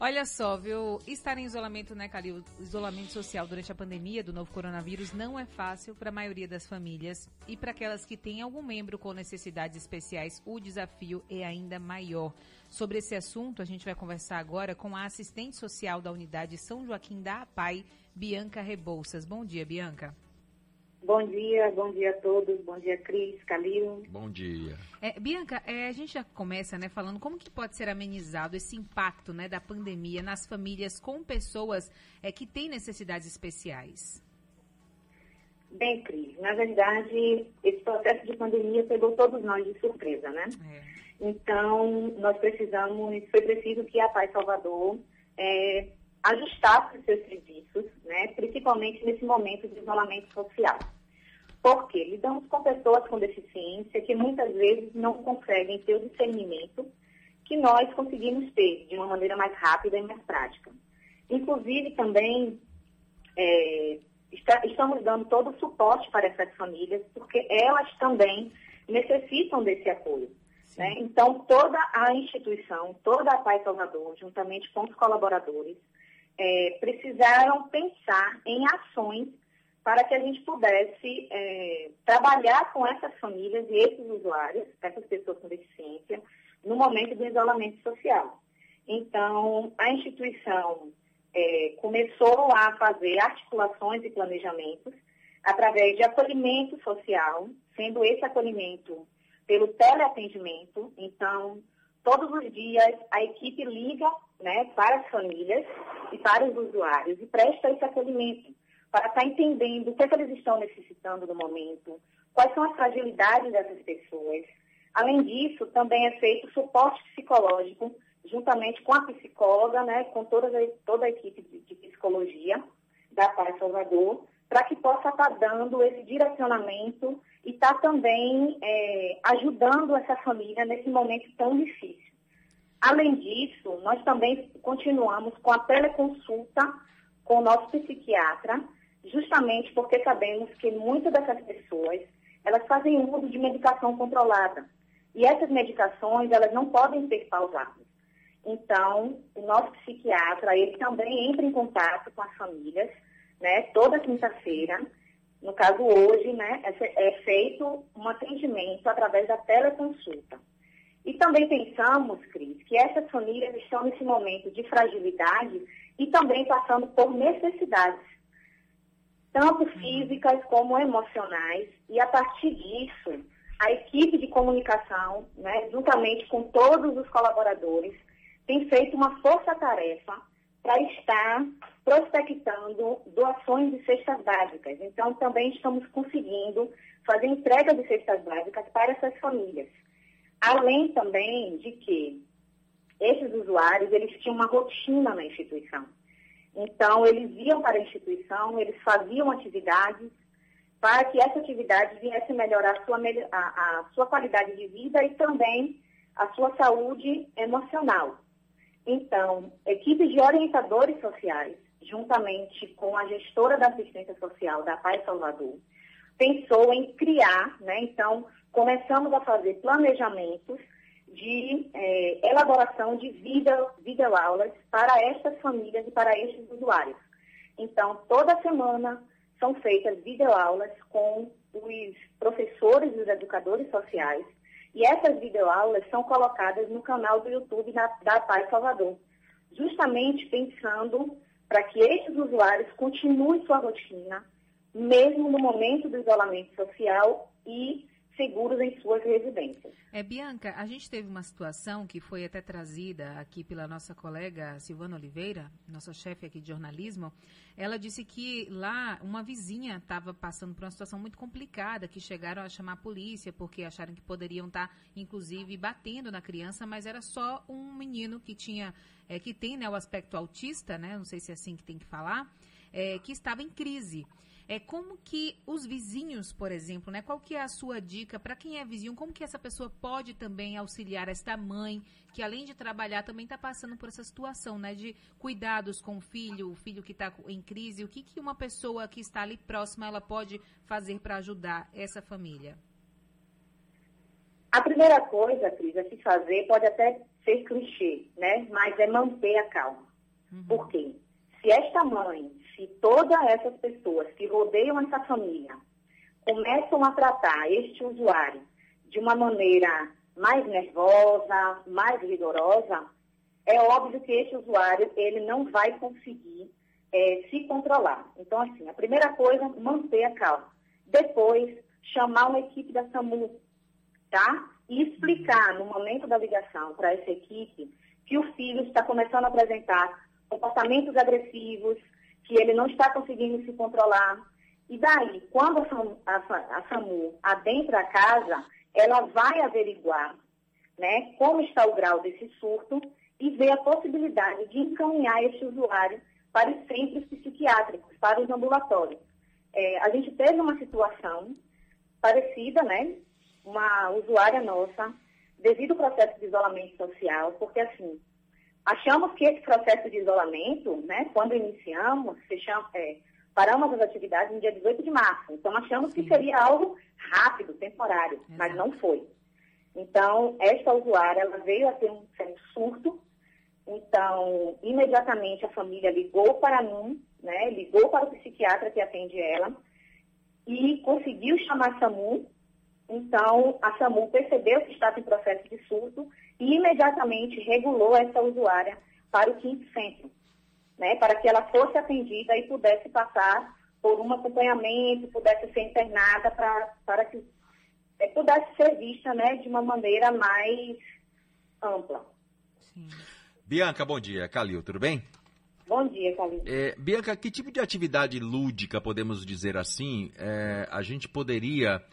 Olha só, viu? Estar em isolamento, né, Calil? Isolamento social durante a pandemia do novo coronavírus não é fácil para a maioria das famílias e para aquelas que têm algum membro com necessidades especiais, o desafio é ainda maior. Sobre esse assunto, a gente vai conversar agora com a assistente social da unidade São Joaquim da APAI, Bianca Rebouças. Bom dia, Bianca. Bom dia a todos, bom dia Cris, Calil. Bom dia. Bianca, a gente já começa, né, falando como que pode ser amenizado esse impacto, né, da pandemia nas famílias com pessoas que têm necessidades especiais. Bem, Cris, na verdade, esse processo de pandemia pegou todos nós de surpresa, né? Então, foi preciso que a APAI Salvador ajustasse os seus serviços, né, principalmente nesse momento de isolamento social. Porque lidamos com pessoas com deficiência que muitas vezes não conseguem ter o discernimento que nós conseguimos ter de uma maneira mais rápida e mais prática. Inclusive, também, estamos dando todo o suporte para essas famílias, porque elas também necessitam desse apoio. Né? Então, toda a instituição, toda a APAI Salvador, juntamente com os colaboradores, precisaram pensar em ações para que a gente pudesse trabalhar com essas famílias e esses usuários, essas pessoas com deficiência, no momento do isolamento social. Então, a instituição começou a fazer articulações e planejamentos através de acolhimento social, sendo esse acolhimento pelo teleatendimento. Então, todos os dias a equipe liga, né, para as famílias e para os usuários e presta esse acolhimento para estar entendendo o que eles estão necessitando no momento, quais são as fragilidades dessas pessoas. Além disso, também é feito suporte psicológico, juntamente com a psicóloga, né, com toda a equipe de psicologia da APAI Salvador, para que possa estar dando esse direcionamento e estar também ajudando essa família nesse momento tão difícil. Além disso, nós também continuamos com a teleconsulta com o nosso psiquiatra, justamente porque sabemos que muitas dessas pessoas, elas fazem uso de medicação controlada. E essas medicações, elas não podem ser pausadas. Então, o nosso psiquiatra, ele também entra em contato com as famílias, né, toda quinta-feira. No caso, hoje, né, é feito um atendimento através da teleconsulta. E também pensamos, Cris, que essas famílias estão nesse momento de fragilidade e também passando por necessidades, tanto físicas como emocionais. E a partir disso, a equipe de comunicação, né, juntamente com todos os colaboradores, tem feito uma força-tarefa para estar prospectando doações de cestas básicas. Então, também estamos conseguindo fazer entrega de cestas básicas para essas famílias. Além também de que esses usuários, eles tinham uma rotina na instituição. Então, eles iam para a instituição, eles faziam atividades para que essa atividade viesse melhorar a sua qualidade de vida e também a sua saúde emocional. Então, equipes de orientadores sociais, juntamente com a gestora da assistência social da APAI Salvador, pensou em criar, né? Então, começamos a fazer planejamentos de elaboração de videoaulas para estas famílias e para estes usuários. Então, toda semana são feitas videoaulas com os professores e os educadores sociais, e essas videoaulas são colocadas no canal do YouTube da APAI Salvador, justamente pensando para que esses usuários continuem sua rotina, mesmo no momento do isolamento social e seguros em suas residências. Bianca, a gente teve uma situação que foi até trazida aqui pela nossa colega Silvana Oliveira, nossa chefe aqui de jornalismo. Ela disse que lá uma vizinha estava passando por uma situação muito complicada, que chegaram a chamar a polícia porque acharam que poderiam estar, inclusive, batendo na criança, mas era só um menino que tinha, que tem, né, o aspecto autista, né, não sei se é assim que tem que falar, que estava em crise. Como que os vizinhos, por exemplo, né? Qual que é a sua dica para quem é vizinho? Como que essa pessoa pode também auxiliar esta mãe que, além de trabalhar, também está passando por essa situação, né? De cuidados com o filho que está em crise. O que uma pessoa que está ali próxima ela pode fazer para ajudar essa família? A primeira coisa, Cris, a se fazer pode até ser clichê, né? Mas é manter a calma. Por quê? Se esta mãe, se todas essas pessoas que rodeiam essa família começam a tratar este usuário de uma maneira mais nervosa, mais rigorosa, é óbvio que este usuário ele não vai conseguir se controlar. Então, assim, a primeira coisa, manter a calma. Depois, chamar uma equipe da SAMU, tá? E explicar no momento da ligação para essa equipe que o filho está começando a apresentar comportamentos agressivos, que ele não está conseguindo se controlar. E daí, quando a SAMU adentra a casa, ela vai averiguar, né, como está o grau desse surto e ver a possibilidade de encaminhar esse usuário para os centros psiquiátricos, para os ambulatórios. A gente teve uma situação parecida, né, uma usuária nossa, devido ao processo de isolamento social, porque assim, achamos que esse processo de isolamento, né, quando iniciamos, paramos as atividades no dia 18 de março. Então, achamos que seria algo rápido, temporário, mas não foi. Então, esta usuária, ela veio a ter um certo surto. Então, imediatamente a família ligou para mim, né, ligou para o psiquiatra que atende ela e conseguiu chamar a SAMU. Então, a SAMU percebeu que estava em processo de surto e imediatamente regulou essa usuária para o 5º centro, né, para que ela fosse atendida e pudesse passar por um acompanhamento, pudesse ser internada para que pudesse ser vista, né, de uma maneira mais ampla. Sim. Bianca, bom dia. Calil, tudo bem? Bom dia, Calil. Bianca, que tipo de atividade lúdica, podemos dizer assim, a gente poderia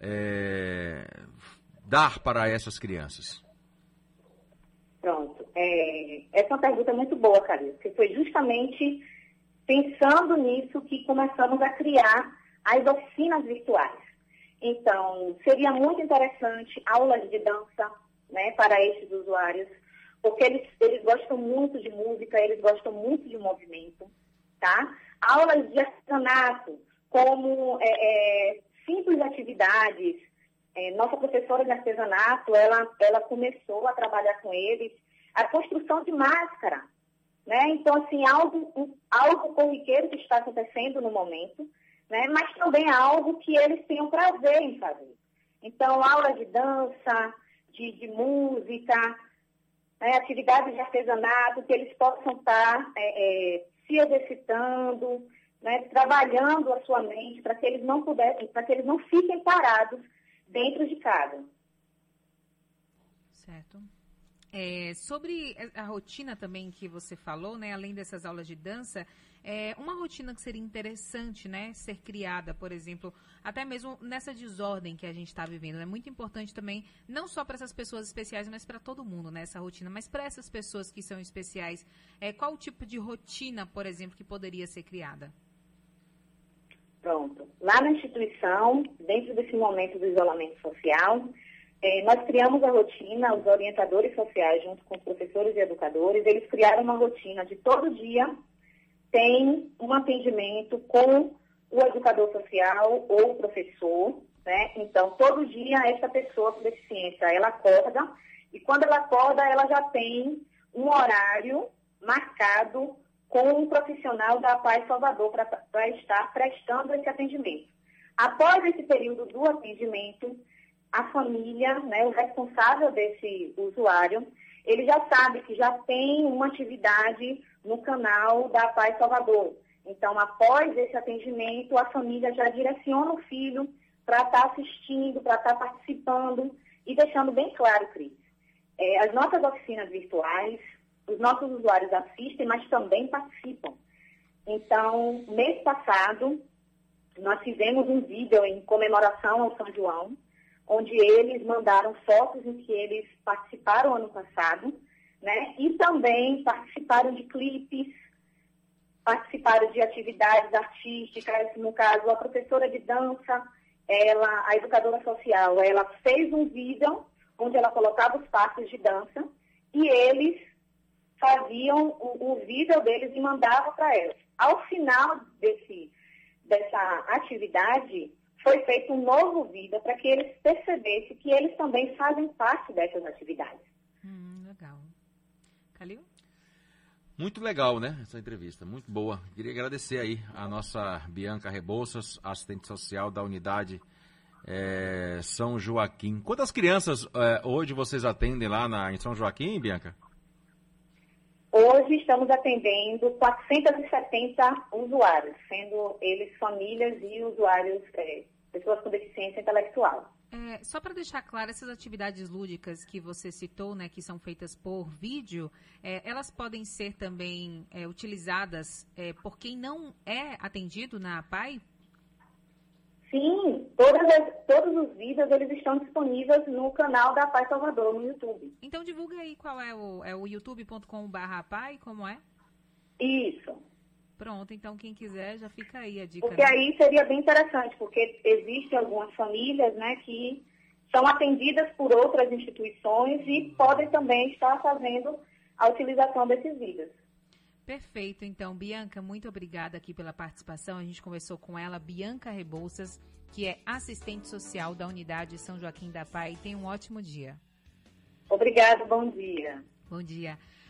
dar para essas crianças? Pronto. Essa é uma pergunta muito boa, Calil, porque foi justamente pensando nisso que começamos a criar as oficinas virtuais. Então, seria muito interessante aulas de dança, né, para esses usuários, porque eles gostam muito de música, eles gostam muito de movimento, tá? Aulas de artesanato, como simples atividades. Nossa professora de artesanato, ela começou a trabalhar com eles a construção de máscara, né? Então, assim, algo corriqueiro que está acontecendo no momento, né? Mas também algo que eles tenham prazer em fazer. Então, aula de dança, de música, né? Atividades de artesanato, que eles possam estar se exercitando, né? Trabalhando a sua mente para que eles não fiquem parados dentro de casa. Certo. Sobre a rotina também que você falou, né, além dessas aulas de dança, uma rotina que seria interessante, né, ser criada, por exemplo, até mesmo nessa desordem que a gente está vivendo. É muito importante também, não só para essas pessoas especiais, mas para todo mundo, né, essa rotina. Mas para essas pessoas que são especiais, qual o tipo de rotina, por exemplo, que poderia ser criada? Pronto. Lá na instituição, dentro desse momento do isolamento social, nós criamos a rotina, os orientadores sociais, junto com os professores e educadores, eles criaram uma rotina de todo dia tem um atendimento com o educador social ou o professor, né? Então, todo dia, essa pessoa com deficiência, ela acorda, e quando ela acorda, ela já tem um horário marcado com um profissional da Paz Salvador para estar prestando esse atendimento. Após esse período do atendimento, a família, né, o responsável desse usuário, ele já sabe que já tem uma atividade no canal da Paz Salvador. Então, após esse atendimento, a família já direciona o filho para estar assistindo, para estar participando e deixando bem claro, Cris. As nossas oficinas virtuais, os nossos usuários assistem, mas também participam. Então, mês passado, nós fizemos um vídeo em comemoração ao São João, onde eles mandaram fotos em que eles participaram ano passado, né? E também participaram de clipes, participaram de atividades artísticas. No caso, a professora de dança, a educadora social, ela fez um vídeo onde ela colocava os passos de dança e eles faziam o vídeo deles e mandavam para elas. Ao final dessa atividade, foi feito um novo vídeo para que eles percebessem que eles também fazem parte dessas atividades. Legal. Calil? Muito legal, né? Essa entrevista, muito boa. Queria agradecer aí a nossa Bianca Rebouças, assistente social da unidade São Joaquim. Quantas crianças hoje vocês atendem lá em São Joaquim, Bianca? Hoje estamos atendendo 470 usuários, sendo eles famílias e usuários, pessoas com deficiência intelectual. Só para deixar claro, essas atividades lúdicas que você citou, né, que são feitas por vídeo, elas podem ser também utilizadas por quem não é atendido na APAE? Sim, todos os vídeos eles estão disponíveis no canal da APAE Salvador, no YouTube. Então divulga aí qual é o youtube.com/APAE, como é? Isso. Pronto, então quem quiser já fica aí a dica. Porque aí seria bem interessante, porque existem algumas famílias, né, que são atendidas por outras instituições e podem também estar fazendo a utilização desses vídeos. Perfeito, então, Bianca, muito obrigada aqui pela participação. A gente conversou com ela, Bianca Rebouças, que é assistente social da unidade São Joaquim da APAE. Tenha um ótimo dia. Obrigada, bom dia. Bom dia.